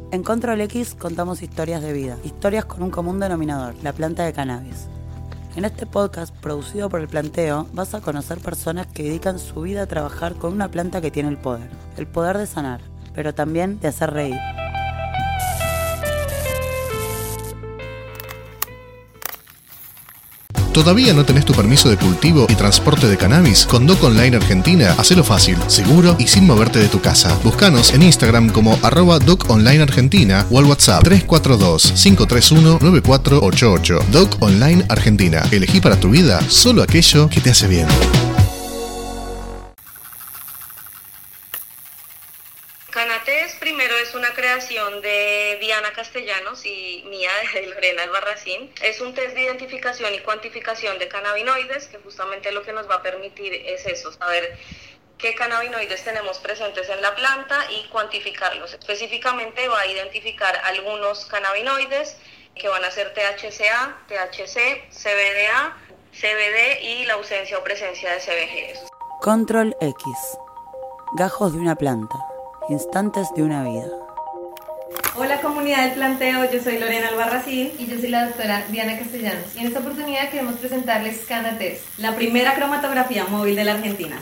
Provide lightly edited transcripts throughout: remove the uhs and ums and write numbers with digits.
En Control X contamos historias de vida, historias con un común denominador, la planta de cannabis. En este podcast, producido por El Planteo, vas a conocer personas que dedican su vida a trabajar con una planta que tiene el poder de sanar, pero también de hacer reír. ¿Todavía no tenés tu permiso de cultivo y transporte de cannabis? Con Doc Online Argentina, hacelo fácil, seguro y sin moverte de tu casa. Búscanos en Instagram como @Doc Online Argentina o al WhatsApp 342-531-9488. Doc Online Argentina. Elegí para tu vida solo aquello que te hace bien. Canatés primero es una creación de Diana Castellanos y mía de Lorena Albarracín. Es un test de identificación y cuantificación de cannabinoides que justamente lo que nos va a permitir es eso, saber qué cannabinoides tenemos presentes en la planta y cuantificarlos. Específicamente va a identificar algunos cannabinoides que van a ser THCA, THC, CBDA, CBD y la ausencia o presencia de CBG. Control X. Gajos de una planta. Instantes de una vida. Hola comunidad del Planteo, yo soy Lorena Albarracín y yo soy la doctora Diana Castellanos y en esta oportunidad queremos presentarles Cannatest, la primera cromatografía móvil de la Argentina.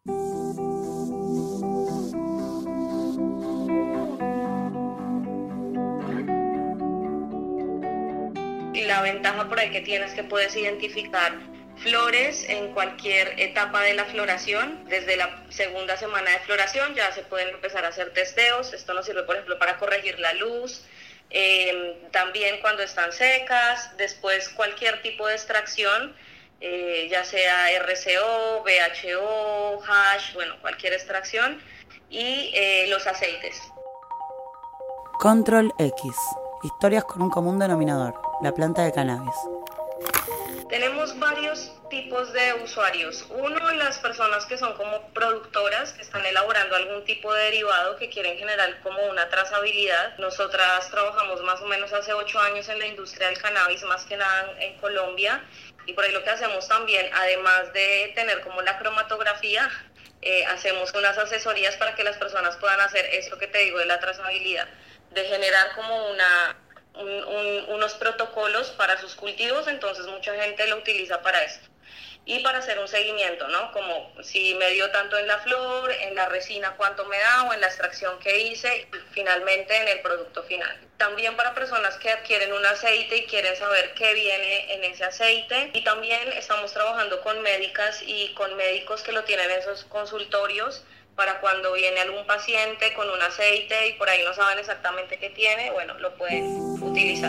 La ventaja por ahí que tienes es que puedes identificar flores en cualquier etapa de la floración. Desde la segunda semana de floración ya se pueden empezar a hacer testeos. Esto nos sirve, por ejemplo, para corregir la luz, también cuando están secas. Después cualquier tipo de extracción, ya sea RCO, BHO, hash, bueno, cualquier extracción, y los aceites. Control X. Historias con un común denominador, la planta de cannabis. Tenemos varios tipos de usuarios. Uno, las personas que son como productoras, que están elaborando algún tipo de derivado que quieren generar como una trazabilidad. Nosotras trabajamos más o menos hace 8 años en la industria del cannabis, más que nada en Colombia. Y por ahí lo que hacemos también, además de tener como la cromatografía, hacemos unas asesorías para que las personas puedan hacer esto que te digo de la trazabilidad, de generar como unos protocolos para sus cultivos. Entonces mucha gente lo utiliza para esto y para hacer un seguimiento, ¿no? Como si me dio tanto en la flor, en la resina cuánto me da o en la extracción que hice, y finalmente en el producto final. También para personas que adquieren un aceite y quieren saber qué viene en ese aceite, y también estamos trabajando con médicas y con médicos que lo tienen en esos consultorios para cuando viene algún paciente con un aceite y por ahí no saben exactamente qué tiene, bueno, lo pueden utilizar.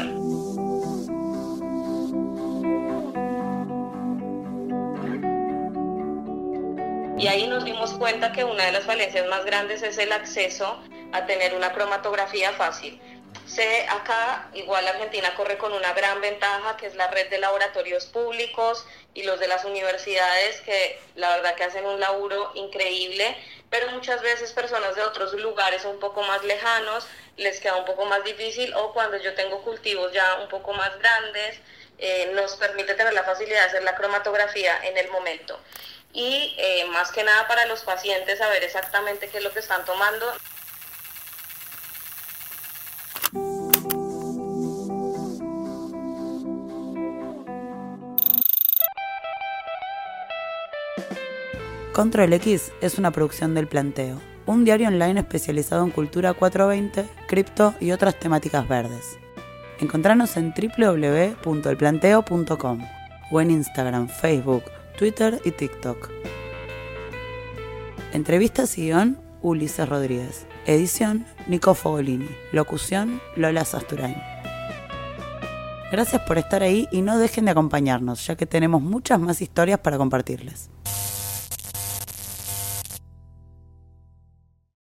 Y ahí nos dimos cuenta que una de las falencias más grandes es el acceso a tener una cromatografía fácil. Acá igual Argentina corre con una gran ventaja, que es la red de laboratorios públicos y los de las universidades, que la verdad que hacen un laburo increíble, pero muchas veces personas de otros lugares un poco más lejanos les queda un poco más difícil, o cuando yo tengo cultivos ya un poco más grandes, nos permite tener la facilidad de hacer la cromatografía en el momento. Y más que nada para los pacientes saber exactamente qué es lo que están tomando. Control X es una producción del Planteo, un diario online especializado en cultura 420, cripto y otras temáticas verdes. Encontranos en www.elplanteo.com o en Instagram, Facebook, Twitter y TikTok. Entrevistas y guión, Ulises Rodríguez. Edición, Nico Fogolini. Locución, Lola Sasturain. Gracias por estar ahí y no dejen de acompañarnos, ya que tenemos muchas más historias para compartirles.